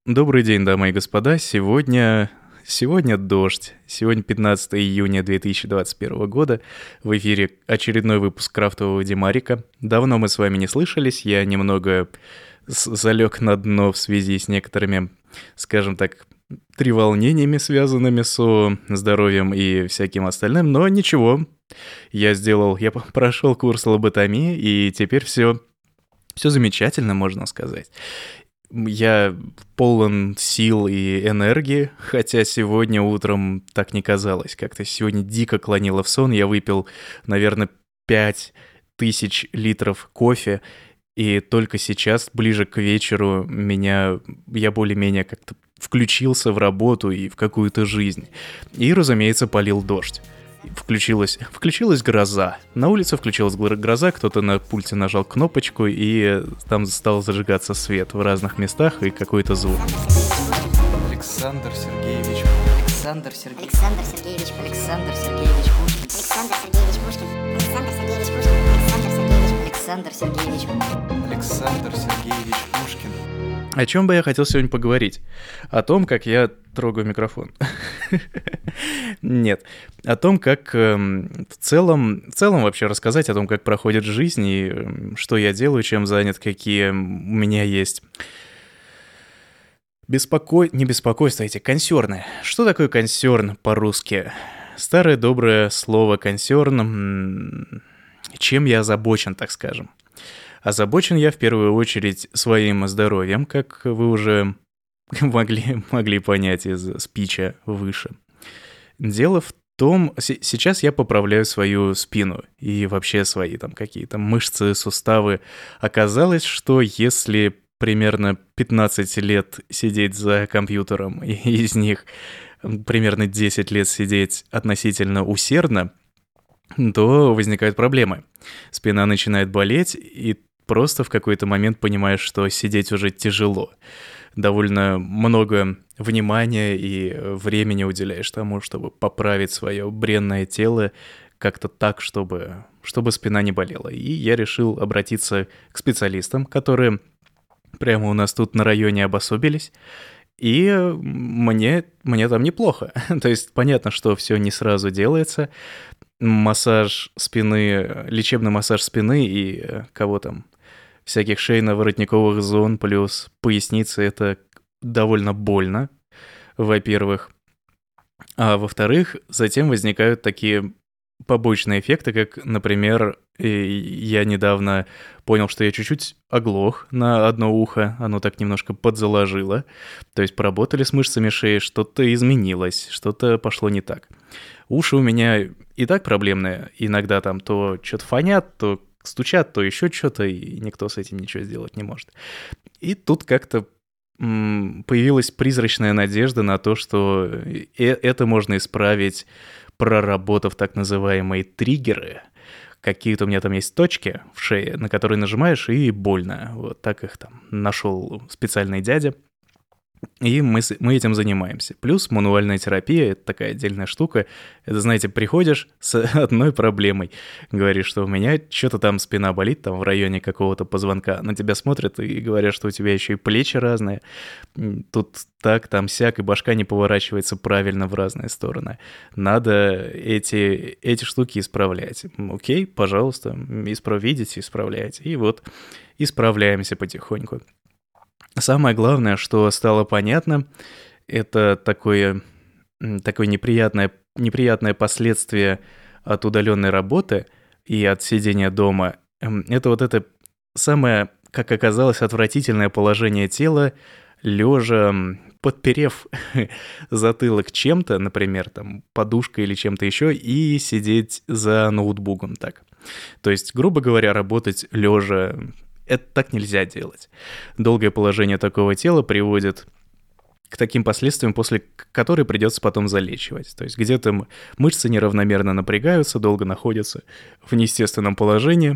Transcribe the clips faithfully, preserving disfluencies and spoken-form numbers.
Добрый день, дамы и господа. Сегодня... Сегодня дождь. Сегодня пятнадцатое июня две тысячи двадцать первого года. В эфире очередной выпуск крафтового Димарика. Давно мы с вами не слышались. Я немного залег на дно в связи с некоторыми, скажем так, треволнениями, связанными со здоровьем и всяким остальным. Но ничего. Я сделал... Я прошел курс лоботомии, и теперь все... Все замечательно, можно сказать. Я полон сил и энергии, хотя сегодня утром так не казалось. Как-то сегодня дико клонило в сон. Я выпил, наверное, пять тысяч литров кофе, и только сейчас, ближе к вечеру, меня, я более-менее как-то включился в работу и в какую-то жизнь. И, разумеется, полил дождь. Включилась, включилась гроза. На улице включилась гроза, кто-то на пульте нажал кнопочку, и там стал зажигаться свет в разных местах и какой-то звук. Александр Сергеевич Александр Сергеевич Александр Сергеевич Александр Сергеевич Пушкин Александр Сергеевич Пушкин Александр Сергеевич Пушкин Александр Сергеевич Александр Сергеевич Пушкин. О чем бы я хотел сегодня поговорить? О том, как я трогаю микрофон. Нет. О том, как э, в целом, в целом вообще рассказать о том, как проходит жизнь и э, что я делаю, чем занят, какие у меня есть беспокой... Не беспокойство, эти консерны. Что такое консерн по-русски? Старое доброе слово консерн. Чем я озабочен, так скажем? Озабочен я в первую очередь своим здоровьем, как вы уже могли, могли понять из спича выше. Дело в том, сейчас я поправляю свою спину и вообще свои там какие-то мышцы, суставы. Оказалось, что если примерно пятнадцать лет сидеть за компьютером, и из них примерно десять лет сидеть относительно усердно, то возникают проблемы. Спина начинает болеть, и просто в какой-то момент понимаешь, что сидеть уже тяжело. Довольно много внимания и времени уделяешь тому, чтобы поправить свое бренное тело как-то так, чтобы, чтобы спина не болела. И я решил обратиться к специалистам, которые прямо у нас тут на районе обособились. И мне, мне там неплохо. То есть понятно, что все не сразу делается. Массаж спины, лечебный массаж спины и кого там, всяких шейно-воротниковых зон плюс поясницы — это довольно больно, во-первых. А во-вторых, затем возникают такие побочные эффекты, как, например, я недавно понял, что я чуть-чуть оглох на одно ухо, оно так немножко подзаложило. То есть поработали с мышцами шеи, что-то изменилось, что-то пошло не так. Уши у меня и так проблемные, иногда там то что-то фонят, то стучат, то еще что-то, и никто с этим ничего сделать не может. И тут как-то м- появилась призрачная надежда на то, что э- это можно исправить, проработав так называемые триггеры. Какие-то у меня там есть точки в шее, на которые нажимаешь, и больно. Вот так их там нашел специальный дядя. И мы, мы этим занимаемся. Плюс мануальная терапия — это такая отдельная штука. Это, знаете, приходишь с одной проблемой. Говоришь, что у меня что-то там спина болит, там в районе какого-то позвонка. На тебя смотрят и говорят, что у тебя еще и плечи разные. Тут так, там сяк, и башка не поворачивается правильно в разные стороны. Надо эти, эти штуки исправлять. Окей, пожалуйста, исправ... видите, исправляйте. И вот исправляемся потихоньку. Самое главное, что стало понятно, это такое, такое неприятное, неприятное последствие от удаленной работы и от сидения дома. Это вот это самое, как оказалось, отвратительное положение тела, лежа, подперев затылок чем-то, например, там, подушкой или чем-то еще, и сидеть за ноутбуком так. То есть, грубо говоря, работать лежа. Это так нельзя делать. Долгое положение такого тела приводит к таким последствиям, после которых придется потом залечивать. То есть где-то мышцы неравномерно напрягаются, долго находятся в неестественном положении,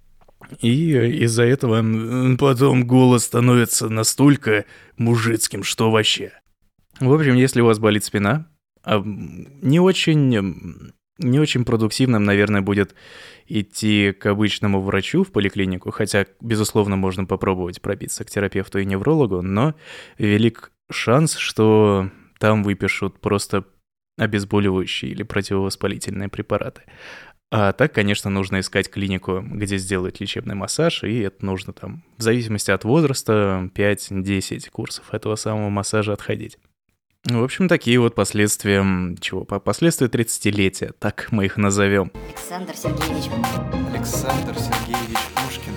и из-за этого потом голос становится настолько мужицким, что вообще. В общем, если у вас болит спина, не очень... Не очень продуктивным, наверное, будет идти к обычному врачу в поликлинику, хотя, безусловно, можно попробовать пробиться к терапевту и неврологу, но велик шанс, что там выпишут просто обезболивающие или противовоспалительные препараты. А так, конечно, нужно искать клинику, где сделают лечебный массаж, и это нужно там, в зависимости от возраста, пять-десять курсов этого самого массажа отходить. В общем, такие вот последствия, чего, последствия тридцатилетия, так мы их назовем. Александр Сергеевич. Александр Сергеевич Пушкин.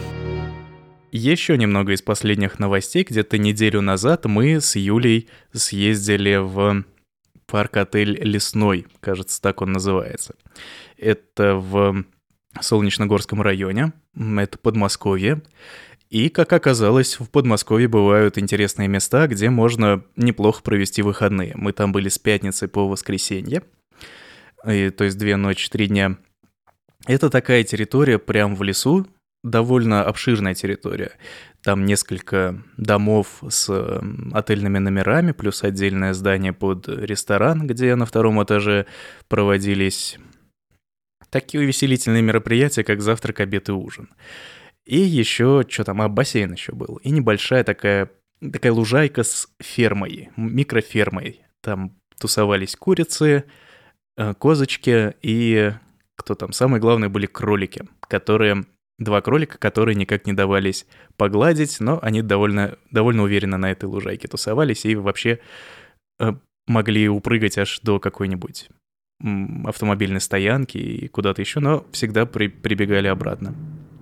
Еще немного из последних новостей. Где-то неделю назад мы с Юлей съездили в парк-отель «Лесной», кажется, так он называется. Это в Солнечногорском районе, это Подмосковье. И, как оказалось, в Подмосковье бывают интересные места, где можно неплохо провести выходные. Мы там были с пятницы по воскресенье, и, то есть две ночи, три дня. Это такая территория прямо в лесу, довольно обширная территория. Там несколько домов с отельными номерами, плюс отдельное здание под ресторан, где на втором этаже проводились такие увеселительные мероприятия, как завтрак, обед и ужин. И еще, что там, а бассейн еще был. И небольшая такая, такая лужайка с фермой, микрофермой. Там тусовались курицы, козочки и, кто там, самые главные были кролики, которые... Два кролика, которые никак не давались погладить, но они довольно, довольно уверенно на этой лужайке тусовались и вообще э, могли упрыгать аж до какой-нибудь м, автомобильной стоянки и куда-то еще, но всегда при, прибегали обратно.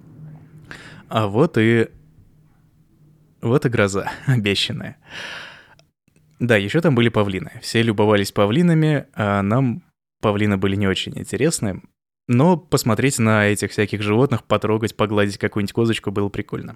А вот и... Вот и гроза обещанная. Да, еще там были павлины. Все любовались павлинами, а нам павлины были не очень интересны. Но посмотреть на этих всяких животных, потрогать, погладить какую-нибудь козочку было прикольно.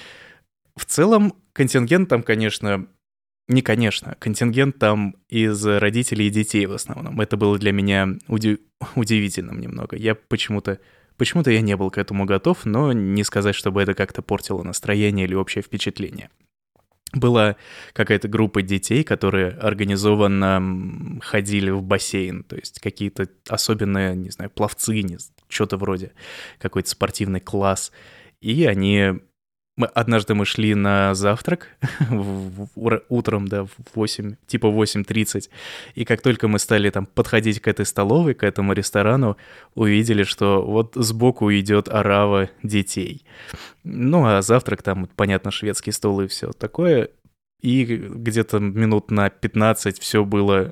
В целом, контингент там, конечно... Не конечно, контингент там из родителей и детей в основном. Это было для меня уди... удивительным немного. Я почему-то... Почему-то я не был к этому готов, но не сказать, чтобы это как-то портило настроение или общее впечатление. Была какая-то группа детей, которые организованно ходили в бассейн, то есть какие-то особенные, не знаю, пловцы, не, что-то вроде, какой-то спортивный класс. И они... Мы, однажды мы шли на завтрак в, в, утром, да, в восемь, типа восемь тридцать, и как только мы стали там подходить к этой столовой, к этому ресторану, увидели, что вот сбоку идет орава детей. Ну, а завтрак там, понятно, шведский стол и все такое, и где-то минут на пятнадцать все было...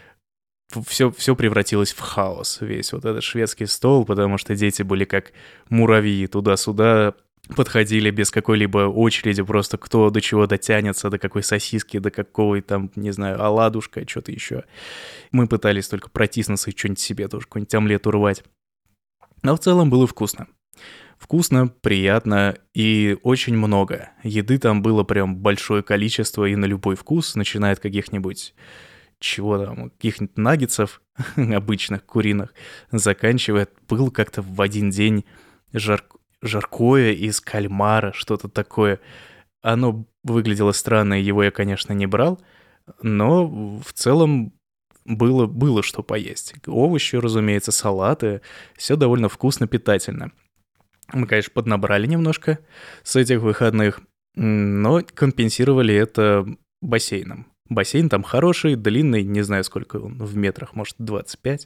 Все, все превратилось в хаос, весь вот этот шведский стол, потому что дети были как муравьи туда-сюда, подходили без какой-либо очереди, просто кто до чего дотянется, до какой сосиски, до какой там, не знаю, оладушка, что-то еще. Мы пытались только протиснуться и что-нибудь себе тоже, какой-нибудь омлет урвать. Но в целом было вкусно. Вкусно, приятно и очень много. Еды там было прям большое количество и на любой вкус, начиная от каких-нибудь... чего там, каких-нибудь наггетсов обычных, куриных, заканчивая, был как-то в один день жар... жаркое из кальмара, что-то такое. Оно выглядело странно, его я, конечно, не брал, но в целом было, было что поесть. Овощи, разумеется, салаты, все довольно вкусно, питательно. Мы, конечно, поднабрали немножко с этих выходных, но компенсировали это бассейном. Бассейн там хороший, длинный, не знаю, сколько он в метрах, может, двадцать пять.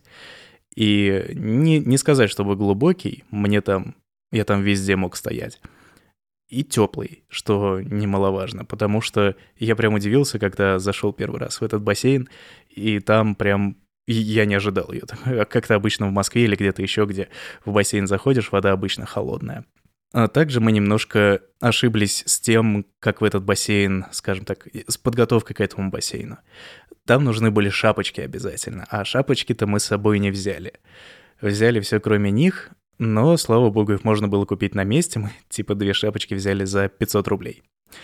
И не, не сказать, чтобы глубокий, мне там, я там везде мог стоять. И теплый, что немаловажно, потому что я прям удивился, когда зашел первый раз в этот бассейн, и там прям... Я не ожидал ее. Как-то обычно в Москве или где-то еще, где в бассейн заходишь, вода обычно холодная. А также мы немножко ошиблись с тем, как в этот бассейн, скажем так, с подготовкой к этому бассейну. Там нужны были шапочки обязательно, а шапочки-то мы с собой не взяли. Взяли все кроме них, но, слава богу, их можно было купить на месте. Мы типа две шапочки взяли за пятьсот рублей.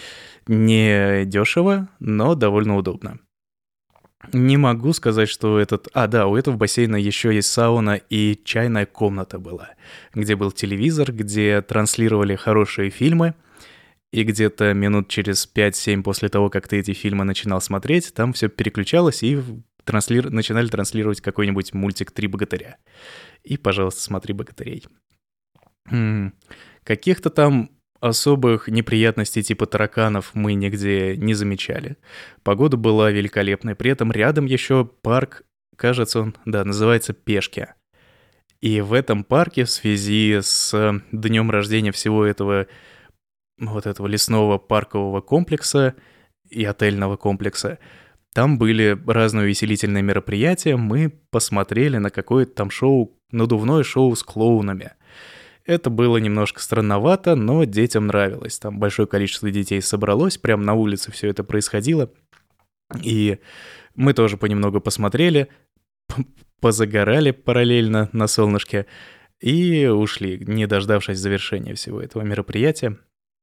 Не дешево, но довольно удобно. Не могу сказать, что этот... А, да, у этого бассейна еще есть сауна и чайная комната была, где был телевизор, где транслировали хорошие фильмы, и где-то минут через пять-семь после того, как ты эти фильмы начинал смотреть, там все переключалось, и трансли... начинали транслировать какой-нибудь мультик «Три богатыря». И, пожалуйста, смотри «Богатырей». М-м- каких-то там особых неприятностей типа тараканов мы нигде не замечали. Погода была великолепной. При этом рядом еще парк, кажется, он, да, называется Пешки. И в этом парке в связи с днем рождения всего этого вот этого лесного паркового комплекса и отельного комплекса, там были разные увеселительные мероприятия. Мы посмотрели на какое-то там шоу, надувное шоу с клоунами. Это было немножко странновато, но детям нравилось. Там большое количество детей собралось, прямо на улице все это происходило. И мы тоже понемногу посмотрели, позагорали параллельно на солнышке и ушли, не дождавшись завершения всего этого мероприятия.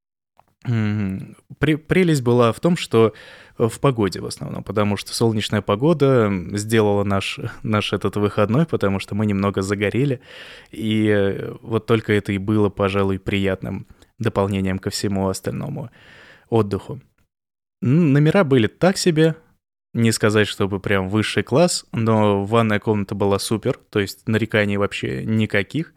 Прелесть была в том, что в погоде в основном, потому что солнечная погода сделала наш, наш этот выходной, потому что мы немного загорели, и вот только это и было, пожалуй, приятным дополнением ко всему остальному отдыху. Номера были так себе, не сказать, чтобы прям высший класс, но ванная комната была супер, то есть нареканий вообще никаких.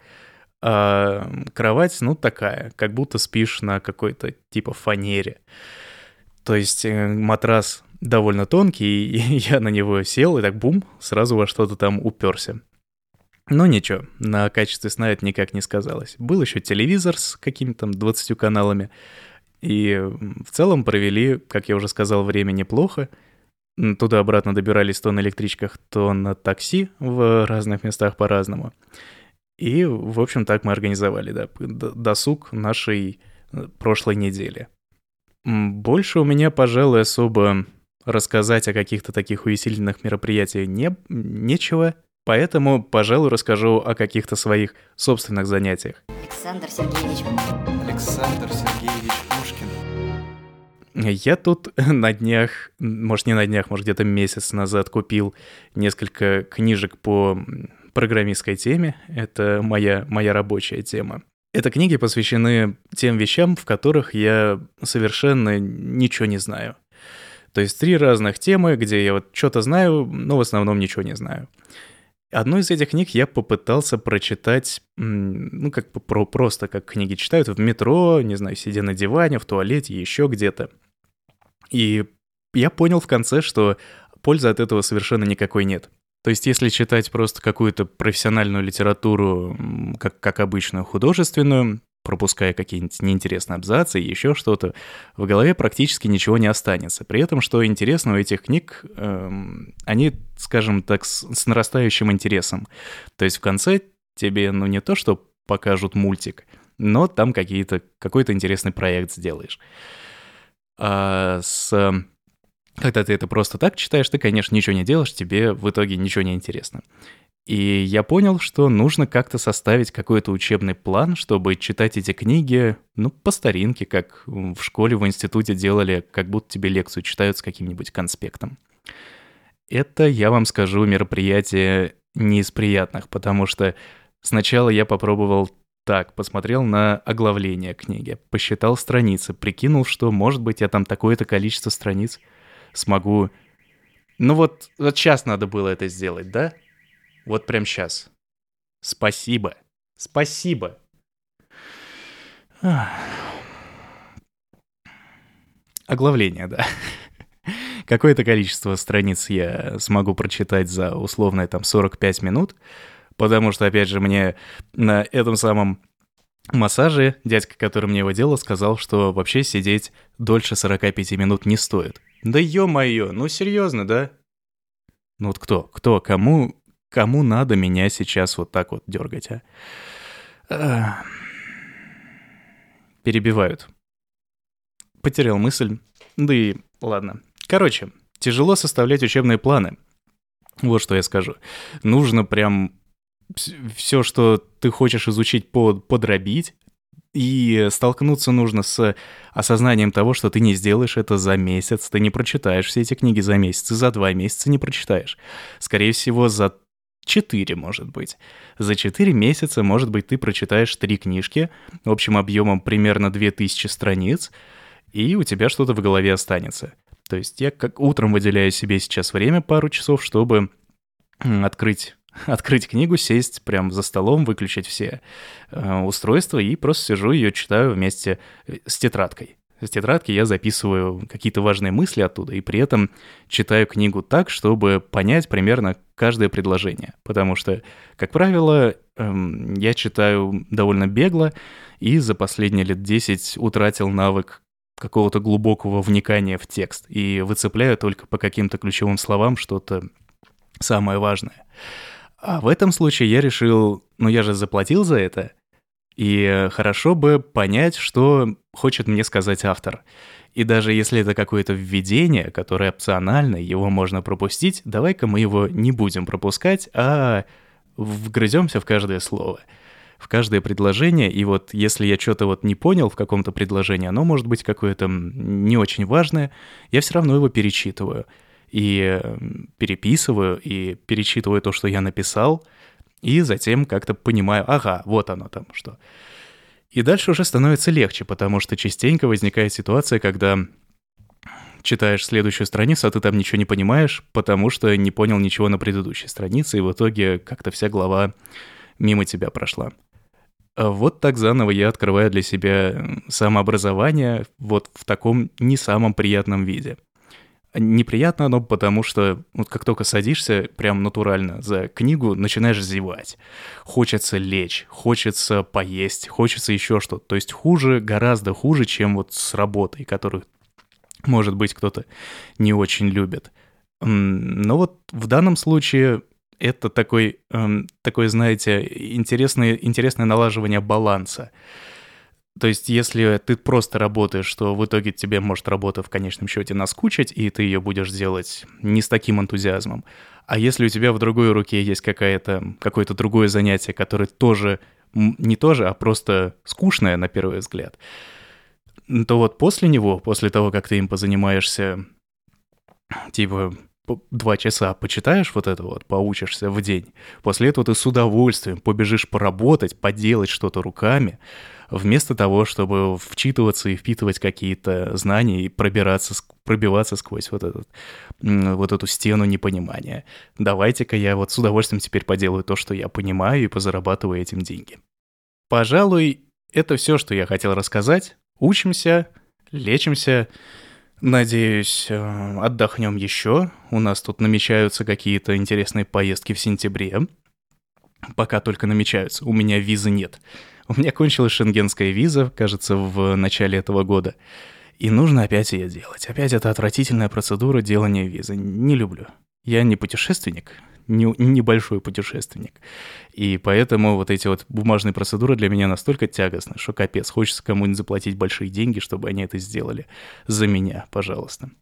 А кровать, ну, такая, как будто спишь на какой-то типа фанере. То есть матрас довольно тонкий, и я на него сел, и так бум, сразу во что-то там уперся. Но ничего, на качестве сна это никак не сказалось. Был еще телевизор с какими-то там двадцатью каналами, и в целом провели, как я уже сказал, время неплохо. Туда-обратно добирались то на электричках, то на такси в разных местах по-разному. И, в общем, так мы организовали, да, досуг нашей прошлой недели. Больше у меня, пожалуй, особо рассказать о каких-то таких увеселительных мероприятиях не, нечего, поэтому, пожалуй, расскажу о каких-то своих собственных занятиях. Александр Сергеевич. Александр Сергеевич Пушкин. Я тут на днях, может, не на днях, может, где-то месяц назад купил несколько книжек по программистской теме. Это моя, моя рабочая тема. Это книги посвящены тем вещам, в которых я совершенно ничего не знаю. То есть три разных темы, где я вот что-то знаю, но в основном ничего не знаю. Одну из этих книг я попытался прочитать, ну, как бы про, просто как книги читают в метро, не знаю, сидя на диване, в туалете, еще где-то. И я понял в конце, что пользы от этого совершенно никакой нет. То есть если читать просто какую-то профессиональную литературу, как, как обычную художественную, пропуская какие-нибудь неинтересные абзацы и еще что-то, в голове практически ничего не останется. При этом, что интересно у этих книг, эм, они, скажем так, с, с нарастающим интересом. То есть в конце тебе, ну, не то, что покажут мультик, но там какие-то, какой-то интересный проект сделаешь. А с... Когда ты это просто так читаешь, ты, конечно, ничего не делаешь, тебе в итоге ничего не интересно. И я понял, что нужно как-то составить какой-то учебный план, чтобы читать эти книги, ну, по старинке, как в школе, в институте делали, как будто тебе лекцию читают с каким-нибудь конспектом. Это, я вам скажу, мероприятие не из приятных, потому что сначала я попробовал так, посмотрел на оглавление книги, посчитал страницы, прикинул, что, может быть, я там такое-то количество страниц смогу... Ну вот, вот сейчас надо было это сделать, да? Вот прям сейчас. Спасибо. Спасибо. Оглавление, да. Какое-то количество страниц я смогу прочитать за условные там сорок пять минут, потому что, опять же, мне на этом самом массаже дядька, который мне его делал, сказал, что вообще сидеть дольше сорок пять минут не стоит. Да ё-моё, ну серьезно, да? Ну вот кто, кто, кому... Кому надо меня сейчас вот так вот дергать, а? Перебивают. Потерял мысль. Да и ладно. Короче, тяжело составлять учебные планы. Вот что я скажу. Нужно прям все, что ты хочешь изучить, подробить. И столкнуться нужно с осознанием того, что ты не сделаешь это за месяц. Ты не прочитаешь все эти книги за месяц. И за два месяца не прочитаешь. Скорее всего, за четыре, может быть. За четыре месяца, может быть, ты прочитаешь три книжки общим объемом примерно две тысячи страниц, и у тебя что-то в голове останется. То есть я как утром выделяю себе сейчас время, пару часов, чтобы открыть Открыть книгу, сесть прям за столом, выключить все э, устройства и просто сижу ее читаю вместе с тетрадкой. С тетрадки я записываю какие-то важные мысли оттуда и при этом читаю книгу так, чтобы понять примерно каждое предложение. Потому что, как правило, эм, я читаю довольно бегло и за последние лет десять утратил навык какого-то глубокого вникания в текст и выцепляю только по каким-то ключевым словам что-то самое важное. А в этом случае я решил, ну я же заплатил за это, и хорошо бы понять, что хочет мне сказать автор. И даже если это какое-то введение, которое опционально, его можно пропустить, давай-ка мы его не будем пропускать, а вгрыземся в каждое слово, в каждое предложение. И вот если я что-то вот не понял в каком-то предложении, оно может быть какое-то не очень важное, я все равно его перечитываю. И переписываю, и перечитываю то, что я написал, и затем как-то понимаю, ага, вот оно там что. И дальше уже становится легче, потому что частенько возникает ситуация, когда читаешь следующую страницу, а ты там ничего не понимаешь, потому что не понял ничего на предыдущей странице, и в итоге как-то вся глава мимо тебя прошла. А вот так заново я открываю для себя самообразование вот в таком не самом приятном виде. Неприятно оно, потому что вот как только садишься прям натурально за книгу, начинаешь зевать. Хочется лечь, хочется поесть, хочется еще что-то. То есть хуже, гораздо хуже, чем вот с работой, которую, может быть, кто-то не очень любит. Но вот в данном случае это такой, такое, знаете, интересное, интересное налаживание баланса. То есть, если ты просто работаешь, то в итоге тебе может работа в конечном счете наскучить, и ты ее будешь делать не с таким энтузиазмом. А если у тебя в другой руке есть какая-то, какое-то другое занятие, которое тоже, не тоже, а просто скучное на первый взгляд, то вот после него, после того, как ты им позанимаешься, типа два часа почитаешь вот это вот, поучишься в день, после этого ты с удовольствием побежишь поработать, поделать что-то руками, вместо того, чтобы вчитываться и впитывать какие-то знания и пробираться, пробиваться сквозь вот, этот, вот эту стену непонимания. Давайте-ка я вот с удовольствием теперь поделаю то, что я понимаю, и позарабатываю этим деньги. Пожалуй, это все, что я хотел рассказать. Учимся, лечимся. Надеюсь, отдохнем еще. У нас тут намечаются какие-то интересные поездки в сентябре. Пока только намечаются. У меня визы нет. У меня кончилась шенгенская виза, кажется, в начале этого года. И нужно опять ее делать. Опять эта отвратительная процедура делания визы. Не люблю. Я не путешественник, не, небольшой путешественник. И поэтому вот эти вот бумажные процедуры для меня настолько тягостны, что капец. Хочется кому-нибудь заплатить большие деньги, чтобы они это сделали за меня, пожалуйста.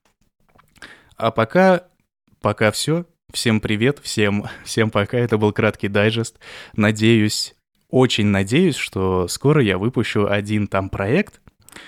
А пока, пока все. Всем привет, всем, всем пока. Это был краткий дайджест. Надеюсь... Очень надеюсь, что скоро я выпущу один там проект,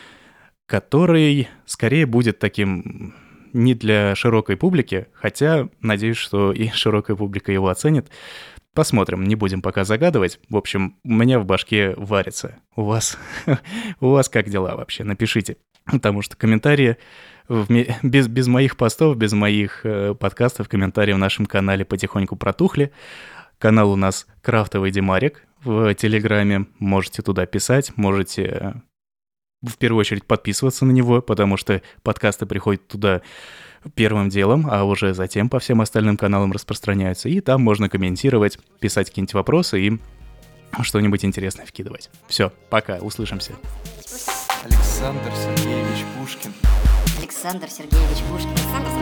который скорее будет таким не для широкой публики, хотя надеюсь, что и широкая публика его оценит. Посмотрим, не будем пока загадывать. В общем, у меня в башке варится. У вас, у вас как дела вообще? Напишите, потому что комментарии без, без моих постов, без моих э, подкастов, комментарии в нашем канале потихоньку протухли. Канал у нас Крафтовый Димарик в Телеграме. Можете туда писать, можете в первую очередь подписываться на него, потому что подкасты приходят туда первым делом, а уже затем по всем остальным каналам распространяются. И там можно комментировать, писать какие-нибудь вопросы и что-нибудь интересное вкидывать. Все, пока, услышимся. Александр Сергеевич Пушкин. Александр Сергеевич Пушкин.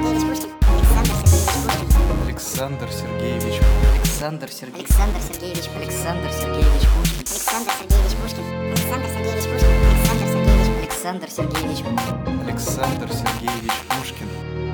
Александр Сергеевич Пушкин. Александр Сергеевич. Александр Сергеевич. Александр Сергеевич Пушкин. Александр Сергеевич Пушкин. Александр Сергеевич Пушкин. Александр Сергеевич Пушкин. Александр Сергеевич. Александр Сергеевич Пушкин.